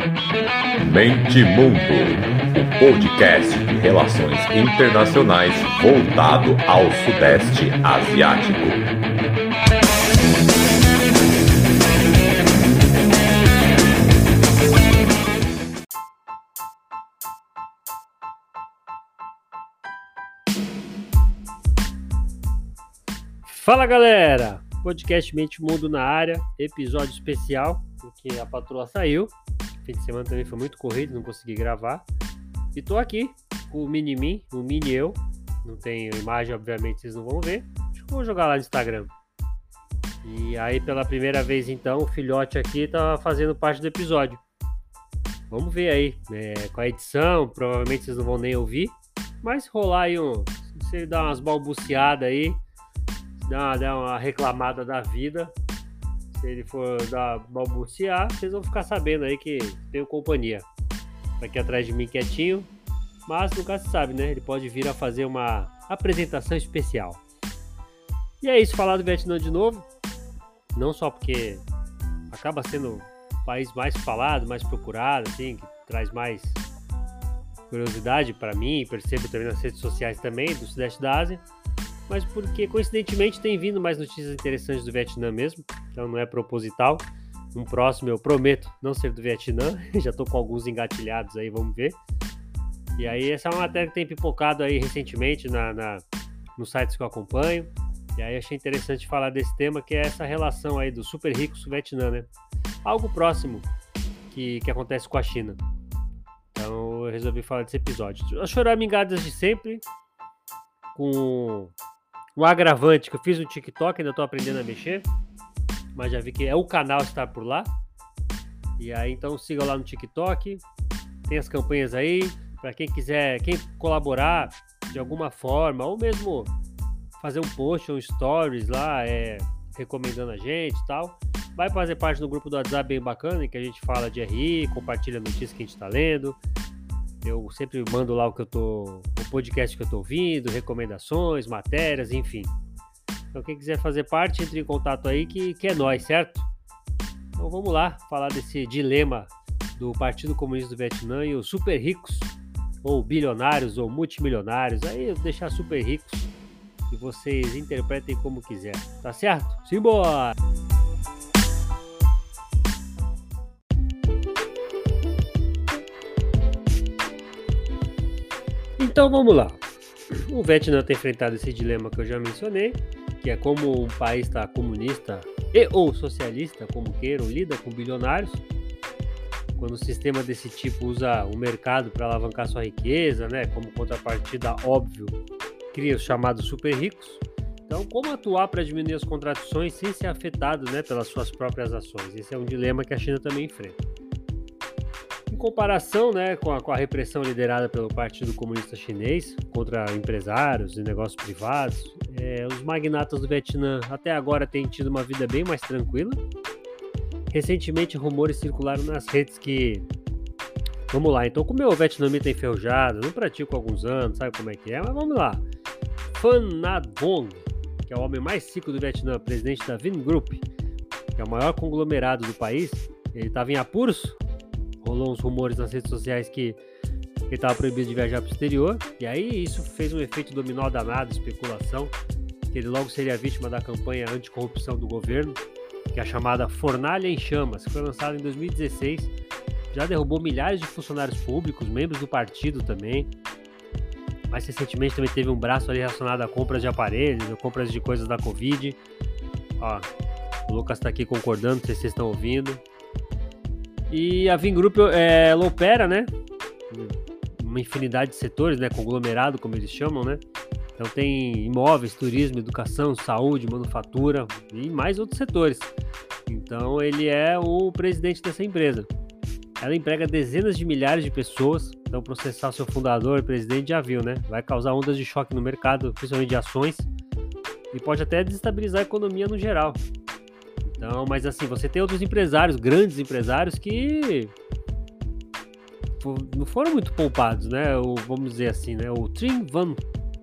Mente Mundo, o podcast de relações internacionais voltado ao Sudeste Asiático. Fala galera, podcast Mente Mundo na área, episódio especial, porque a patroa saiu, fim de semana também foi muito corrido, não consegui gravar, e tô aqui com o mini eu, não tenho imagem, obviamente vocês não vão ver, acho que vou jogar lá no Instagram. E aí pela primeira vez então, o filhote aqui tá fazendo parte do episódio. Vamos ver aí, com a edição, provavelmente vocês não vão nem ouvir, mas rolar aí se ele dar umas balbuciadas aí, dar uma reclamada da vida, se ele for balbuciar, vocês vão ficar sabendo aí que tenho companhia. Tá aqui atrás de mim quietinho, mas nunca se sabe, né? Ele pode vir a fazer uma apresentação especial. E é isso, falar do Vietnã de novo, não só porque acaba sendo o país mais falado, mais procurado, assim, que traz mais curiosidade para mim, percebo também nas redes sociais também, do Sudeste da Ásia, mas porque coincidentemente tem vindo mais notícias interessantes do Vietnã mesmo, então não é proposital. Um próximo eu prometo não ser do Vietnã, já tô com alguns engatilhados aí, vamos ver. E aí essa é uma matéria que tem pipocado aí recentemente nos sites que eu acompanho, e aí achei interessante falar desse tema, que é essa relação aí dos super ricos do Vietnã, né? Algo próximo que acontece com a China. Então eu resolvi falar desse episódio. As choramingadas de sempre, com um agravante que eu fiz no TikTok, ainda tô aprendendo a mexer, mas já vi que é o canal estar por lá. E aí então siga lá no TikTok, tem as campanhas aí, para quem quiser, quem colaborar de alguma forma, ou mesmo fazer um post ou um stories lá, recomendando a gente e tal, vai fazer parte do grupo do WhatsApp bem bacana, em que a gente fala de RI, compartilha notícias que a gente tá lendo. Eu sempre mando lá o podcast que eu tô ouvindo, recomendações, matérias, enfim. Então quem quiser fazer parte, entre em contato aí que é nóis, certo? Então vamos lá, falar desse dilema do Partido Comunista do Vietnã e os super ricos, ou bilionários, ou multimilionários. Aí eu vou deixar super ricos e vocês interpretem como quiser, tá certo? Simbora! Então vamos lá. O Vietnã tem enfrentado esse dilema que eu já mencionei, que é como um país está comunista ou socialista, como queiram, lida com bilionários. Quando um sistema desse tipo usa o mercado para alavancar sua riqueza, né, como contrapartida, óbvio, cria os chamados super ricos. Então, como atuar para diminuir as contradições sem ser afetado, né, pelas suas próprias ações? Esse é um dilema que a China também enfrenta. Em comparação, né, com a repressão liderada pelo Partido Comunista Chinês contra empresários e negócios privados, os magnatas do Vietnã até agora têm tido uma vida bem mais tranquila. Recentemente, rumores circularam nas redes que... Vamos lá, então, como o vietnamita é enferrujado, não pratico há alguns anos, sabe como é que é, mas vamos lá. Phan Nhat Vuong, que é o homem mais rico do Vietnã, presidente da Vingroup, que é o maior conglomerado do país, ele estava em apuros. Rolou uns rumores nas redes sociais que ele estava proibido de viajar para o exterior, e aí isso fez um efeito dominó danado, especulação, que ele logo seria vítima da campanha anticorrupção do governo, que é a chamada Fornalha em Chamas, que foi lançada em 2016, já derrubou milhares de funcionários públicos, membros do partido também. Mais recentemente também teve um braço ali relacionado a compras de aparelhos, a compras de coisas da Covid. Ó, o Lucas está aqui concordando, não sei se vocês estão ouvindo. E a Vingroup, ela opera, né, uma infinidade de setores, né, conglomerado, como eles chamam, né. Então tem imóveis, turismo, educação, saúde, manufatura e mais outros setores. Então ele é o presidente dessa empresa. Ela emprega dezenas de milhares de pessoas, então processar seu fundador e presidente já viu, né, vai causar ondas de choque no mercado, principalmente de ações, e pode até desestabilizar a economia no geral. Então, mas assim, você tem outros empresários, grandes empresários que não foram muito poupados, né? Vamos dizer assim, né? O Trinh Van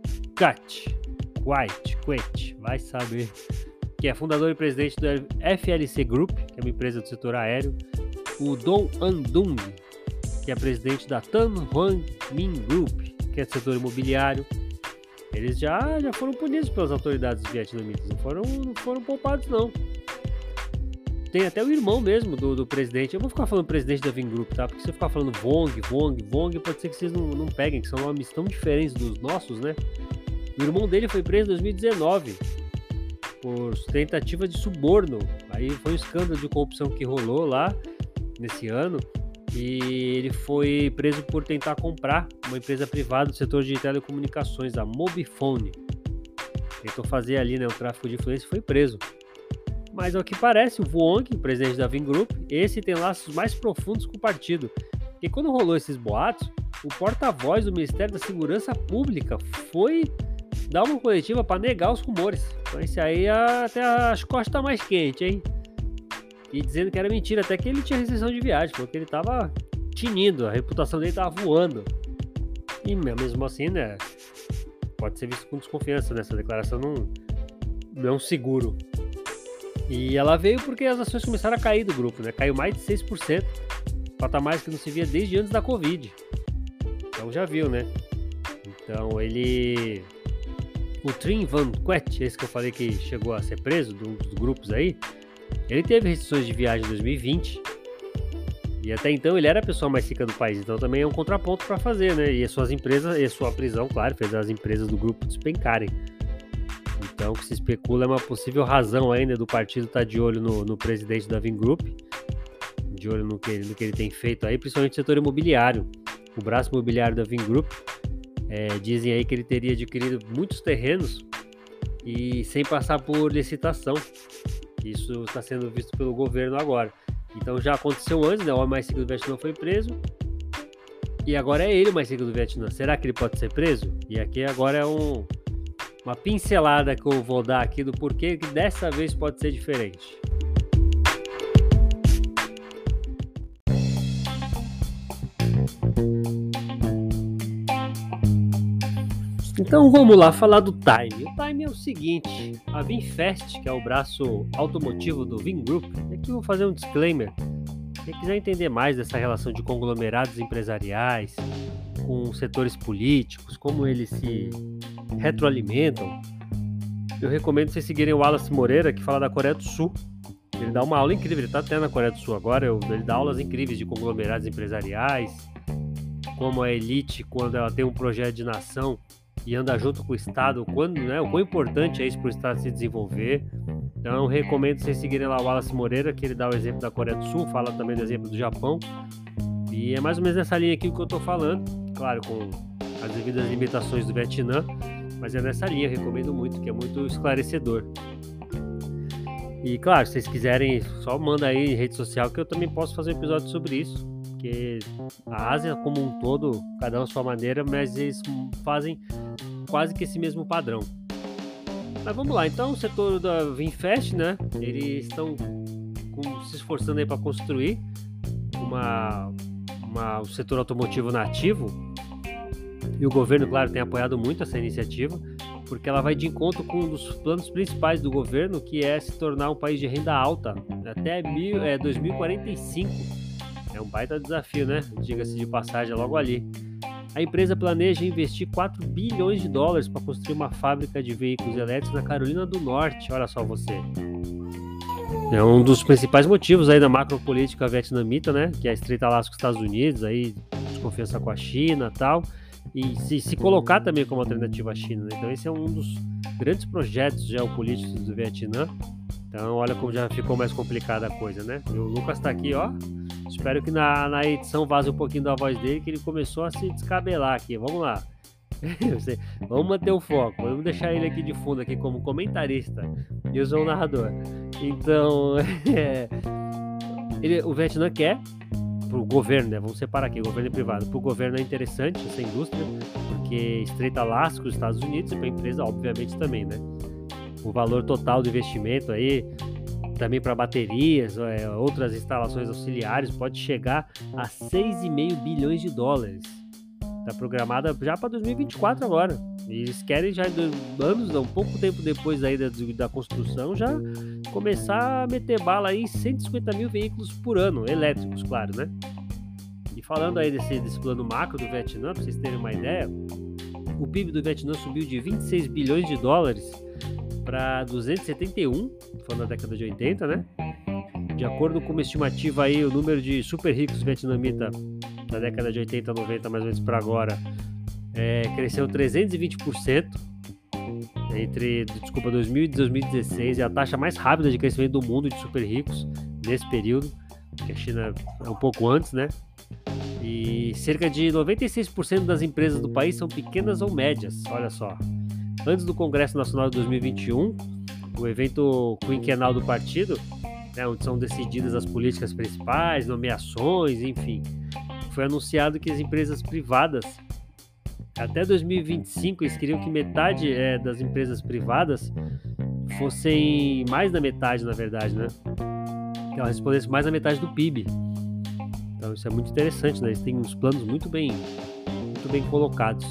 Quet, vai saber, que é fundador e presidente do FLC Group, que é uma empresa do setor aéreo. o Dong Andung, que é presidente da Tan Hoan Minh Group, que é do setor imobiliário. Eles já foram punidos pelas autoridades vietnamitas, não foram poupados não. Tem até o irmão mesmo do presidente. Eu vou ficar falando presidente da Vingroup, tá? Porque se eu ficar falando Vong, pode ser que vocês não peguem, que são nomes tão diferentes dos nossos, né? O irmão dele foi preso em 2019 por tentativa de suborno. Aí foi um escândalo de corrupção que rolou lá nesse ano. E ele foi preso por tentar comprar uma empresa privada do setor de telecomunicações, a Mobifone. Tentou fazer ali, né, o tráfico de influência e foi preso. Mas ao que parece, o Vuong, o presidente da Vingroup, esse tem laços mais profundos com o partido. Porque quando rolou esses boatos, o porta-voz do Ministério da Segurança Pública foi dar uma coletiva para negar os rumores. Então esse aí até as costas tá mais quente, hein? E dizendo que era mentira, até que ele tinha restrição de viagem, porque ele tava tinindo, a reputação dele tava voando. E mesmo assim, né, pode ser visto com desconfiança, nessa declaração não é um seguro. E ela veio porque as ações começaram a cair do grupo, né? Caiu mais de 6%, patamares que não se via desde antes da Covid. Então já viu, né? Então o Trinh Van Quet, esse que eu falei que chegou a ser preso, dos grupos aí, ele teve restrições de viagem em 2020 e até então ele era a pessoa mais rica do país, então também é um contraponto para fazer, né? E as suas empresas, e a sua prisão, claro, fez as empresas do grupo despencarem. Então o que se especula é uma possível razão ainda do partido estar de olho no presidente da Vingroup, de olho no que ele tem feito aí, principalmente no setor imobiliário. O braço imobiliário da Vingroup, dizem aí que ele teria adquirido muitos terrenos e sem passar por licitação. Isso está sendo visto pelo governo agora. Então já aconteceu antes, né? O homem mais rico do Vietnã foi preso. E agora é ele o mais rico do Vietnã. Será que ele pode ser preso? E aqui agora é uma pincelada que eu vou dar aqui do porquê que dessa vez pode ser diferente. Então vamos lá falar do Time. O Time é o seguinte, a VinFast, que é o braço automotivo do Vingroup, aqui eu vou fazer um disclaimer. Quem quiser entender mais dessa relação de conglomerados empresariais com setores políticos, como eles se retroalimentam, eu recomendo vocês seguirem o Wallace Moreira, que fala da Coreia do Sul. Ele dá uma aula incrível, ele está até na Coreia do Sul agora, ele dá aulas incríveis de conglomerados empresariais, como a elite, quando ela tem um projeto de nação, e anda junto com o Estado, o quão importante é isso para o Estado se desenvolver. Então eu recomendo vocês seguirem lá o Wallace Moreira, que ele dá o exemplo da Coreia do Sul, fala também do exemplo do Japão, e é mais ou menos nessa linha aqui que eu estou falando, claro, com as devidas limitações do Vietnã, mas é nessa linha, eu recomendo muito, que é muito esclarecedor. E claro, se vocês quiserem, só manda aí em rede social que eu também posso fazer um episódio sobre isso, porque a Ásia como um todo, cada um à sua maneira, mas eles fazem quase que esse mesmo padrão. Mas vamos lá, então o setor da VinFast, né, eles estão se esforçando aí para construir o setor automotivo nativo, e o governo, claro, tem apoiado muito essa iniciativa, porque ela vai de encontro com um dos planos principais do governo, que é se tornar um país de renda alta até 2045. É um baita desafio, né? Diga-se de passagem, logo ali. A empresa planeja investir 4 bilhões de dólares para construir uma fábrica de veículos elétricos na Carolina do Norte. Olha só você. É um dos principais motivos aí da macropolítica vietnamita, né? Que é a estreita laço com os Estados Unidos, aí desconfiança com a China e tal. E se colocar também como alternativa à China, né? Então esse é um dos grandes projetos geopolíticos do Vietnã. Então olha como já ficou mais complicada a coisa, né? E o Lucas tá aqui, ó. Espero que na edição vaze um pouquinho da voz dele, que ele começou a se descabelar aqui. Vamos lá. Vamos manter o foco. Vamos deixar ele aqui de fundo aqui como comentarista. E eu sou o narrador. Então, o Vietnã quer, pro governo, né? Vamos separar aqui, governo e privado. Pro governo é interessante essa indústria, porque estreita laços com os Estados Unidos e para a empresa, obviamente, também, né? O valor total do investimento aí, também para baterias, outras instalações auxiliares, pode chegar a 6,5 bilhões de dólares. Está programada já para 2024 agora. E eles querem já anos, um pouco tempo depois aí da construção, já começar a meter bala aí em 150 mil veículos por ano, elétricos, claro, né? E falando aí desse plano macro do Vietnã, para vocês terem uma ideia, o PIB do Vietnã subiu de 26 bilhões de dólares para 271, foi na década de 80, né? De acordo com uma estimativa aí, o número de super ricos vietnamitas da década de 80, 90, mais ou menos para agora, cresceu 320% entre 2000 e 2016, é a taxa mais rápida de crescimento do mundo de super ricos nesse período, que a China é um pouco antes, né? E cerca de 96% das empresas do país são pequenas ou médias, olha só. Antes do Congresso Nacional de 2021, o evento quinquenal do partido, né, onde são decididas as políticas principais, nomeações, enfim, foi anunciado que as empresas privadas, até 2025, eles queriam que metade das empresas privadas fossem mais da metade, na verdade, né? Que elas respondessem mais da metade do PIB. Então isso é muito interessante, né? Eles têm uns planos muito bem colocados.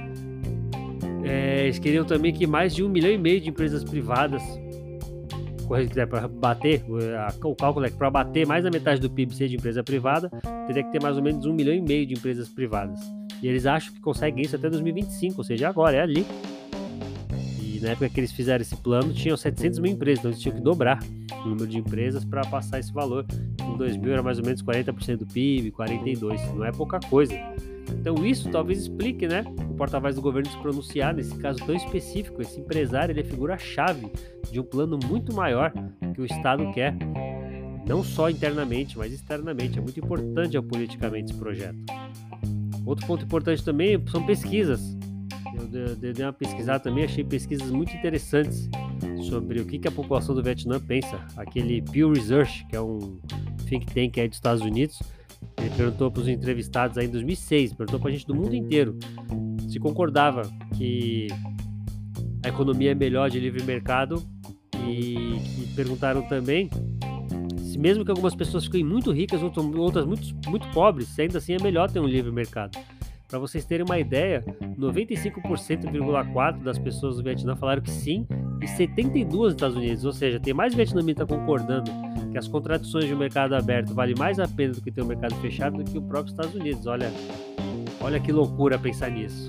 Eles queriam também que mais de 1,5 milhão de empresas privadas, para bater, o cálculo é que para bater mais da metade do PIB ser de empresa privada, teria que ter mais ou menos 1,5 milhão de empresas privadas. E eles acham que conseguem isso até 2025, ou seja, agora, é ali. E na época que eles fizeram esse plano, tinham 700 mil empresas, então eles tinham que dobrar o número de empresas para passar esse valor. Em 2000 era mais ou menos 40% do PIB, 42%, não é pouca coisa. Então isso talvez explique, né, o porta-voz do governo se pronunciar nesse caso tão específico. Esse empresário, ele é figura-chave de um plano muito maior que o Estado quer, não só internamente, mas externamente. É muito importante geopoliticamente esse projeto. Outro ponto importante também são pesquisas. Eu dei uma pesquisada também, achei pesquisas muito interessantes sobre o que a população do Vietnã pensa. Aquele Pew Research, que é um think tank aí dos Estados Unidos, ele perguntou para os entrevistados aí em 2006, perguntou para a gente do mundo inteiro se concordava que a economia é melhor de livre mercado, e perguntaram também se mesmo que algumas pessoas fiquem muito ricas, outras muito pobres, se ainda assim é melhor ter um livre mercado. Para vocês terem uma ideia, 95,4% das pessoas do Vietnã falaram que sim, e 72% nos Estados Unidos, ou seja, tem mais vietnamita concordando que as contradições de um mercado aberto vale mais a pena do que ter um mercado fechado do que o próprio Estados Unidos. Olha que loucura pensar nisso.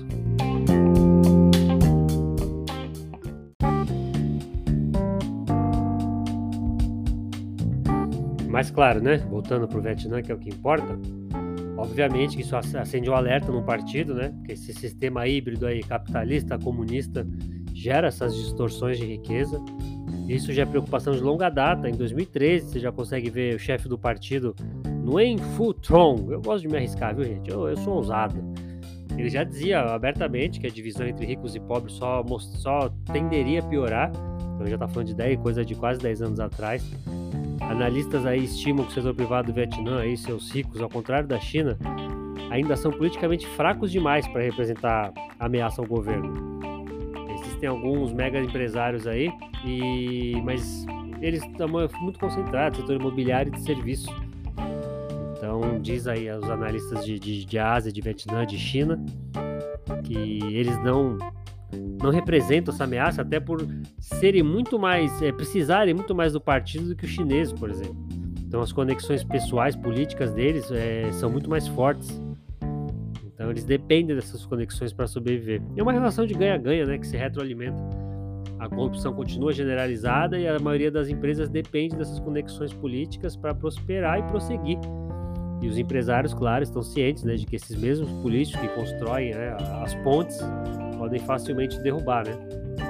Mas claro, né, voltando para o Vietnã, que é o que importa, obviamente que isso acende um alerta no partido, né, porque esse sistema híbrido aí, capitalista, comunista, gera essas distorções de riqueza. Isso já é preocupação de longa data. Em 2013, você já consegue ver o chefe do partido, Nguyen Phu Trong. Eu gosto de me arriscar, viu, gente? Eu sou ousado. Ele já dizia abertamente que a divisão entre ricos e pobres só tenderia a piorar. Então já está falando de coisa de quase 10 anos atrás. Analistas aí estimam que o setor privado do Vietnã, aí, seus ricos, ao contrário da China, ainda são politicamente fracos demais para representar ameaça ao governo. Existem alguns mega empresários aí, mas eles estão muito concentrados no setor imobiliário e de serviço. Então, diz aí os analistas de Ásia, de Vietnã, de China, que eles não representam essa ameaça, até por serem muito mais, precisarem muito mais do partido do que os chineses, por exemplo. Então as conexões pessoais, políticas deles são muito mais fortes. Então eles dependem dessas conexões para sobreviver. É uma relação de ganha-ganha, né, que se retroalimenta. A corrupção continua generalizada e a maioria das empresas depende dessas conexões políticas para prosperar e prosseguir. E os empresários, claro, estão cientes, né, de que esses mesmos políticos que constroem, né, as pontes podem facilmente derrubar, né?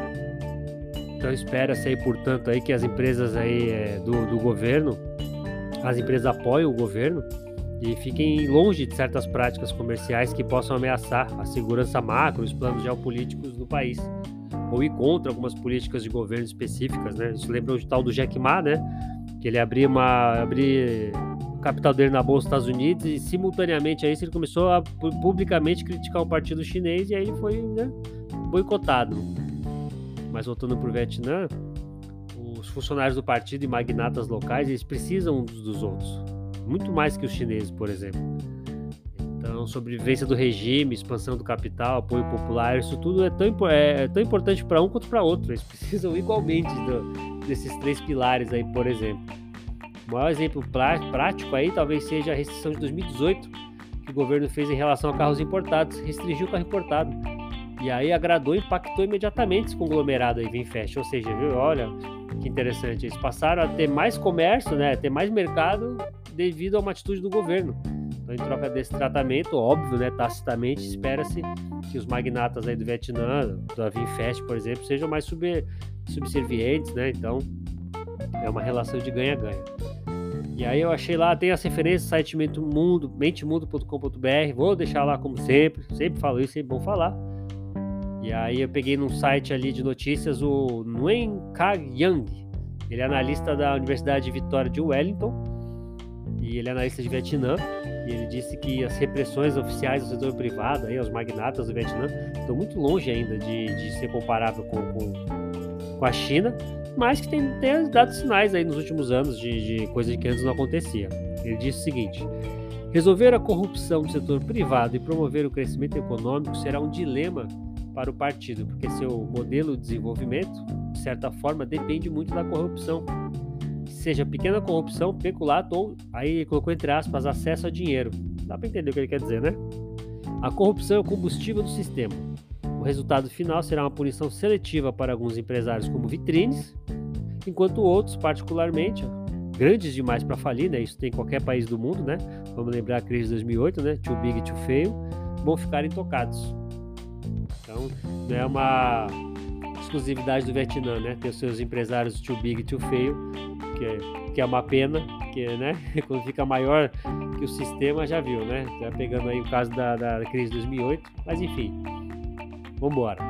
Então espera-se aí, portanto, aí que as empresas aí do governo, as empresas apoiem o governo e fiquem longe de certas práticas comerciais que possam ameaçar a segurança macro, os planos geopolíticos do país, ou ir contra algumas políticas de governo específicas, né? Isso lembra o tal do Jack Ma, né? Que ele abria o capital dele na bolsa dos Estados Unidos e simultaneamente a isso ele começou a publicamente criticar o partido chinês e aí ele foi, né, boicotado. Mas voltando para o Vietnã, os funcionários do partido e magnatas locais, eles precisam uns dos outros, muito mais que os chineses, por exemplo. Então, sobrevivência do regime, expansão do capital, apoio popular, isso tudo é tão importante para um quanto para outro. Eles precisam igualmente desses 3 pilares aí, por exemplo. O maior exemplo prático aí talvez seja a restrição de 2018, que o governo fez em relação a carros importados, restringiu o carro importado. E aí impactou imediatamente esse conglomerado aí, VinFast. Ou seja, viu? Olha que interessante, eles passaram a ter mais comércio, né? Ter mais mercado devido a uma atitude do governo. Então, em troca desse tratamento, óbvio, né? Tacitamente, espera-se que os magnatas aí do Vietnã, da VinFast, por exemplo, sejam mais subservientes, né? Então, é uma relação de ganha-ganha. E aí eu achei lá, tem as referências, site mentemundo.com.br, vou deixar lá como sempre falo isso, sempre bom falar. E aí eu peguei num site ali de notícias o Nguyen Cag Yang, ele é analista da Universidade de Vitória de Wellington, e ele é analista de Vietnã, e ele disse que as repressões oficiais do setor privado, aí, os magnatas do Vietnã, estão muito longe ainda de ser comparável com a China, mas que tem dado sinais aí nos últimos anos de coisa que antes não acontecia. Ele disse o seguinte: resolver a corrupção do setor privado e promover o crescimento econômico será um dilema para o partido, porque seu modelo de desenvolvimento, de certa forma, depende muito da corrupção. Seja pequena corrupção, peculato ou, aí ele colocou entre aspas, acesso a dinheiro. Dá para entender o que ele quer dizer, né? A corrupção é o combustível do sistema. O resultado final será uma punição seletiva para alguns empresários como vitrines, enquanto outros, particularmente, grandes demais para falir, né? Isso tem em qualquer país do mundo, né? Vamos lembrar a crise de 2008, né? Too big, too fail, vão ficar intocados. Então, não é uma exclusividade do Vietnã, né? Ter os seus empresários too big, too fail, que é uma pena, que, né? Quando fica maior que o sistema, já viu, né? Já pegando aí o caso da crise de 2008, mas enfim, vamos embora.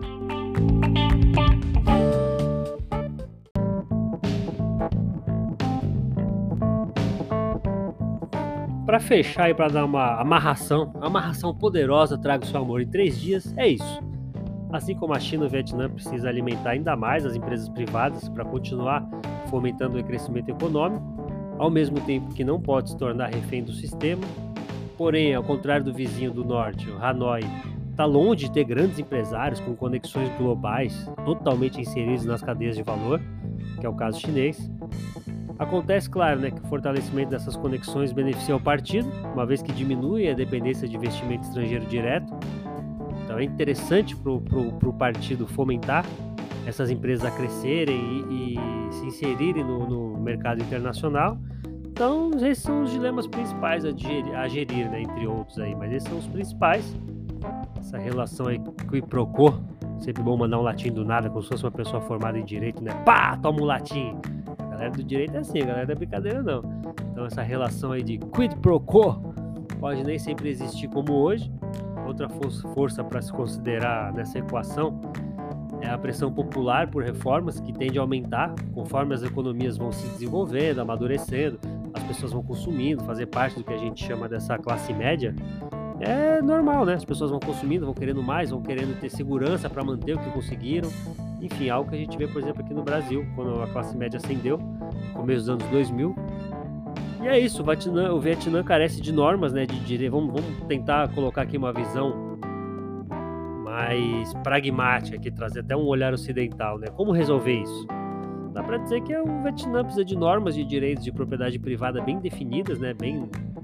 Para fechar e para dar uma amarração poderosa, traga o seu amor em 3 dias, é isso. Assim como a China e o Vietnã precisam alimentar ainda mais as empresas privadas para continuar fomentando o crescimento econômico, ao mesmo tempo que não pode se tornar refém do sistema. Porém, ao contrário do vizinho do norte, o Hanoi está longe de ter grandes empresários com conexões globais totalmente inseridos nas cadeias de valor, que é o caso chinês. Acontece, claro, né, que o fortalecimento dessas conexões beneficia o partido, uma vez que diminui a dependência de investimento estrangeiro direto. Então é interessante para o partido fomentar essas empresas a crescerem e se inserirem no mercado internacional. Então esses são os dilemas principais a gerir, né, entre outros aí, mas esses são os principais. Essa relação aí quid pro quo, sempre bom mandar um latim do nada, como se fosse uma pessoa formada em direito, né? Pá, toma um latim. A galera do direito é assim, a galera da brincadeira não. Então essa relação aí de quid pro quo pode nem sempre existir como hoje. Outra força para se considerar nessa equação é a pressão popular por reformas, que tende a aumentar conforme as economias vão se desenvolvendo, amadurecendo, as pessoas vão consumindo, fazer parte do que a gente chama dessa classe média. É normal, né? As pessoas vão consumindo, vão querendo mais, vão querendo ter segurança para manter o que conseguiram. Enfim, algo que a gente vê, por exemplo, aqui no Brasil, quando a classe média ascendeu, no começo dos anos 2000. E é isso, o Vietnã carece de normas, né? Vamos tentar colocar aqui uma visão mais pragmática, aqui, trazer até um olhar ocidental, né? Como resolver isso? Dá para dizer que o Vietnã precisa de normas de direitos de propriedade privada bem definidas, né? Bem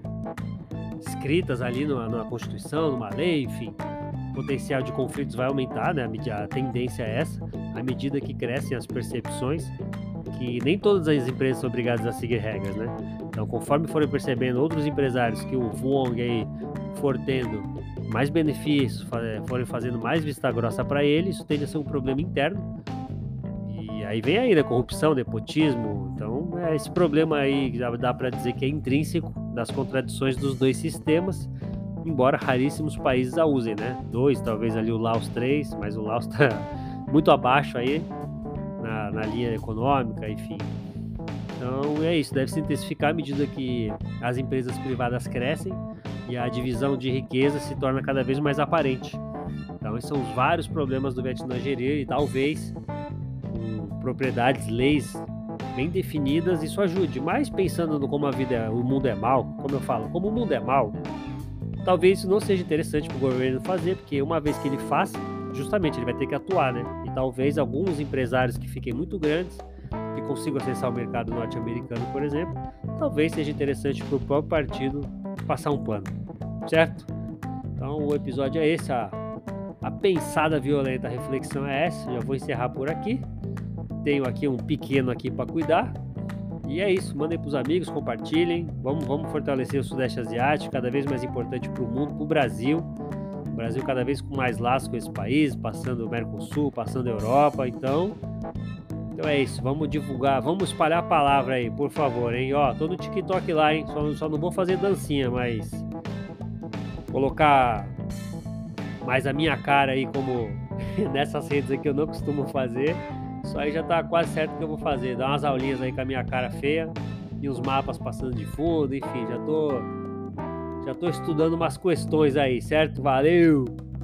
escritas ali na Constituição, numa lei, enfim. O potencial de conflitos vai aumentar, né? A tendência é essa, à medida que crescem as percepções que nem todas as empresas são obrigadas a seguir regras, né? Então, conforme forem percebendo outros empresários que o Vuong aí for tendo mais benefícios, forem fazendo mais vista grossa para ele, isso tende a ser um problema interno. E aí vem aí, né? Corrupção, nepotismo. Então, esse problema aí dá para dizer que é intrínseco das contradições dos dois sistemas, embora raríssimos países a usem, né? 2, talvez ali o Laos 3, mas o Laos está muito abaixo aí na linha econômica, enfim. Então é isso, deve se intensificar à medida que as empresas privadas crescem e a divisão de riqueza se torna cada vez mais aparente. Então esses são os vários problemas do Vietnã gerir, e talvez com propriedades, leis bem definidas isso ajude, mas pensando no como o mundo é mau, como eu falo, como o mundo é mau, talvez isso não seja interessante para o governo fazer, porque uma vez que ele faça, justamente ele vai ter que atuar, né? E talvez alguns empresários que fiquem muito grandes, que consigam acessar o mercado norte-americano, por exemplo, talvez seja interessante para o próprio partido passar um pano, certo? Então o episódio é esse, a pensada violenta, a reflexão é essa. Já vou encerrar por aqui. Tenho aqui um pequeno aqui para cuidar. E é isso, mandem para os amigos, compartilhem. Vamos fortalecer o Sudeste Asiático, cada vez mais importante para o mundo, para o Brasil. O Brasil cada vez com mais laços com esse país, passando o Mercosul, passando a Europa. Então é isso, vamos divulgar, vamos espalhar a palavra aí, por favor, hein? Ó, tô no TikTok lá, hein? Só não vou fazer dancinha, mas colocar mais a minha cara aí, como nessas redes aqui eu não costumo fazer. Isso aí já tá quase certo que eu vou fazer. Dar umas aulinhas aí com a minha cara feia e uns mapas passando de fundo, enfim, já tô estudando umas questões aí, certo? Valeu!